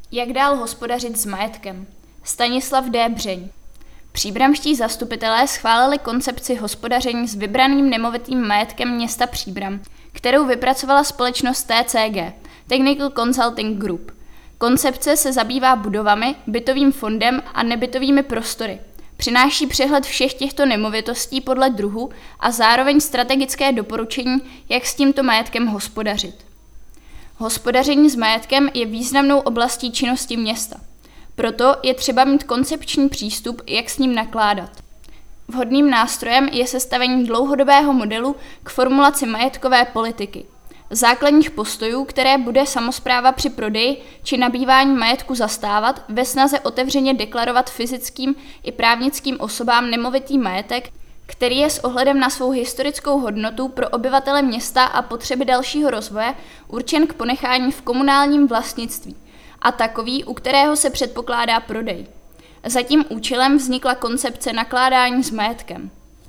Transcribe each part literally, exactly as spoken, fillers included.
Jak dál hospodařit s majetkem? Stanislav D. Břeň. Příbramští zastupitelé schválili koncepci hospodaření s vybraným nemovitým majetkem města Příbram, kterou vypracovala společnost T C G, Technical Consulting Group. Koncepce se zabývá budovami, bytovým fondem a nebytovými prostory. Přináší přehled všech těchto nemovitostí podle druhu a zároveň strategické doporučení, jak s tímto majetkem hospodařit. Hospodaření s majetkem je významnou oblastí činnosti města. Proto je třeba mít koncepční přístup, jak s ním nakládat. Vhodným nástrojem je sestavení dlouhodobého modelu k formulaci majetkové politiky, základních postojů, které bude samospráva při prodeji či nabývání majetku zastávat ve snaze otevřeně deklarovat fyzickým i právnickým osobám nemovitý majetek, který je s ohledem na svou historickou hodnotu pro obyvatele města a potřeby dalšího rozvoje určen k ponechání v komunálním vlastnictví a takový, u kterého se předpokládá prodej. Za tím účelem vznikla koncepce nakládání s majetkem.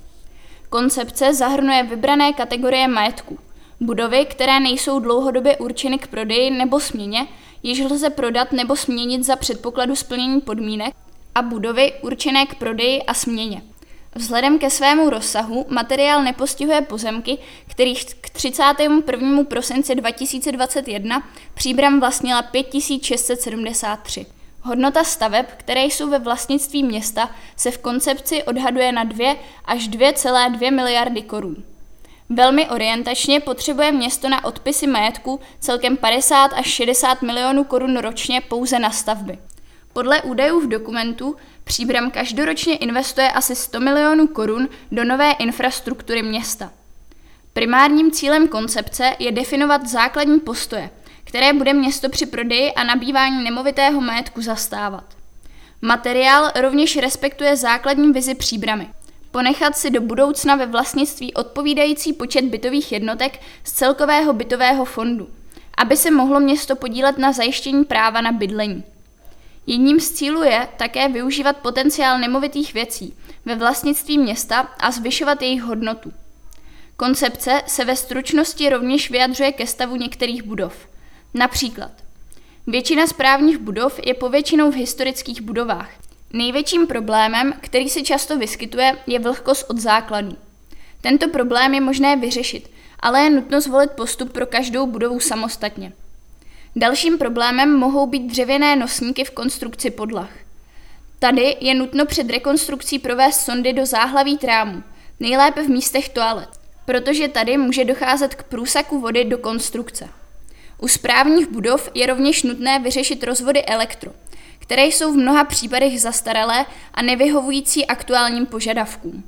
Koncepce zahrnuje vybrané kategorie majetku. Budovy, které nejsou dlouhodobě určeny k prodeji nebo směně, již lze prodat nebo směnit za předpokladu splnění podmínek, a budovy určené k prodeji a směně. Vzhledem ke svému rozsahu materiál nepostihuje pozemky, kterých k třicátému prvnímu prosinci dva tisíce dvacet jedna Příbram vlastnila pět tisíc šest set sedmdesát tři. Hodnota staveb, které jsou ve vlastnictví města, se v koncepci odhaduje na dvě až dvě celé dvě miliardy korun. Velmi orientačně potřebuje město na odpisy majetku celkem padesát až šedesát milionů korun ročně pouze na stavby. Podle údajů v dokumentu Příbram každoročně investuje asi sto milionů korun do nové infrastruktury města. Primárním cílem koncepce je definovat základní postoje, které bude město při prodeji a nabývání nemovitého majetku zastávat. Materiál rovněž respektuje základní vizi Příbramy. Ponechat si do budoucna ve vlastnictví odpovídající počet bytových jednotek z celkového bytového fondu, aby se mohlo město podílet na zajištění práva na bydlení. Jedním z cílů je také využívat potenciál nemovitých věcí ve vlastnictví města a zvyšovat jejich hodnotu. Koncepce se ve stručnosti rovněž vyjadřuje ke stavu některých budov. Například, většina správních budov je povětšinou v historických budovách. Největším problémem, který se často vyskytuje, je vlhkost od základů. Tento problém je možné vyřešit, ale je nutno zvolit postup pro každou budovu samostatně. Dalším problémem mohou být dřevěné nosníky v konstrukci podlah. Tady je nutno před rekonstrukcí provést sondy do záhlaví trámu, nejlépe v místech toalet, protože tady může docházet k průsaku vody do konstrukce. U správních budov je rovněž nutné vyřešit rozvody elektro, které jsou v mnoha případech zastaralé a nevyhovující aktuálním požadavkům.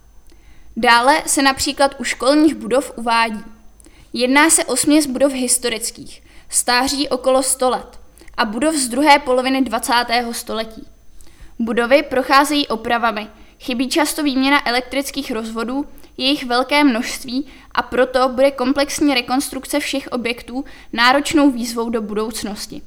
Dále se například u školních budov uvádí: jedná se o směs budov historických, stáří okolo sto let a budov z druhé poloviny dvacátého století. Budovy procházejí opravami, chybí často výměna elektrických rozvodů, je jich velké množství a proto bude komplexní rekonstrukce všech objektů náročnou výzvou do budoucnosti.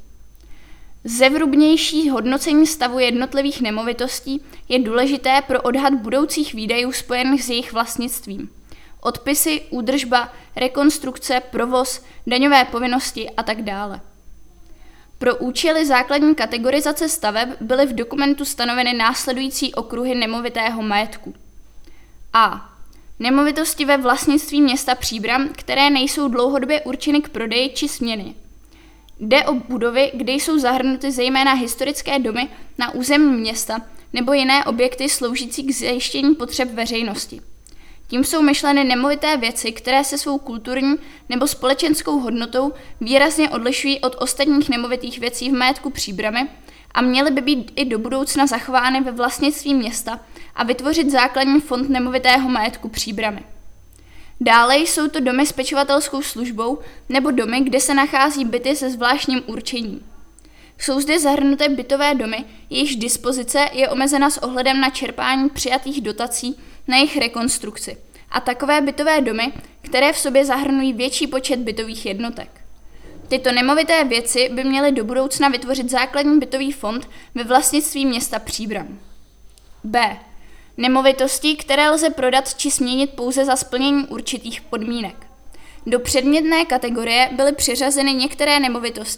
Zevrubnější hodnocení stavu jednotlivých nemovitostí je důležité pro odhad budoucích výdajů spojených s jejich vlastnictvím. Odpisy, údržba, rekonstrukce, provoz, daňové povinnosti a tak dále. Pro účely základní kategorizace staveb byly v dokumentu stanoveny následující okruhy nemovitého majetku. A. Nemovitosti ve vlastnictví města Příbram, které nejsou dlouhodobě určeny k prodeji či směně. Jde o budovy, kde jsou zahrnuty zejména historické domy na území města nebo jiné objekty sloužící k zajištění potřeb veřejnosti. Tím jsou myšleny nemovité věci, které se svou kulturní nebo společenskou hodnotou výrazně odlišují od ostatních nemovitých věcí v majetku Příbramy a měly by být i do budoucna zachovány ve vlastnictví města a vytvořit základní fond nemovitého majetku Příbramy. Dále jsou to domy s pečovatelskou službou nebo domy, kde se nachází byty se zvláštním určením. Jsou zde zahrnuté bytové domy, jejichž dispozice je omezena s ohledem na čerpání přijatých dotací na jejich rekonstrukci, a takové bytové domy, které v sobě zahrnují větší počet bytových jednotek. Tyto nemovité věci by měly do budoucna vytvořit základní bytový fond ve vlastnictví města Příbram. B. Nemovitosti, které lze prodat či směnit pouze za splnění určitých podmínek. Do předmětné kategorie byly přiřazeny některé nemovitosti,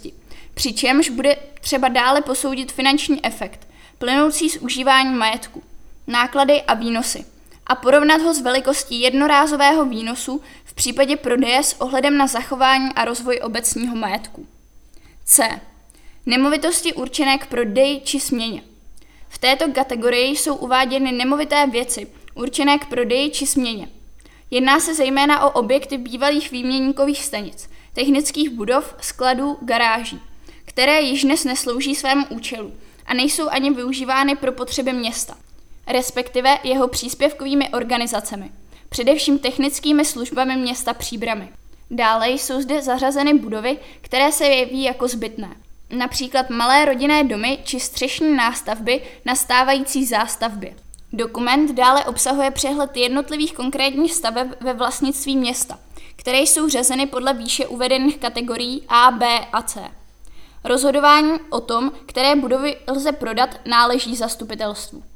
přičemž bude třeba dále posoudit finanční efekt, plynoucí z užívání majetku, náklady a výnosy, a porovnat ho s velikostí jednorázového výnosu v případě prodeje s ohledem na zachování a rozvoj obecního majetku. C. Nemovitosti určené k prodeji či směně. V této kategorii jsou uváděny nemovité věci určené k prodeji či směně. Jedná se zejména o objekty bývalých výměníkových stanic, technických budov, skladů, garáží, které již dnes neslouží svému účelu a nejsou ani využívány pro potřeby města, respektive jeho příspěvkovými organizacemi, především technickými službami města Příbrami. Dále jsou zde zařazeny budovy, které se jeví jako zbytné, například malé rodinné domy či střešní nástavby na stávající zástavbě. Dokument dále obsahuje přehled jednotlivých konkrétních staveb ve vlastnictví města, které jsou řazeny podle výše uvedených kategorií A, B a C. Rozhodování o tom, které budovy lze prodat, náleží zastupitelstvu.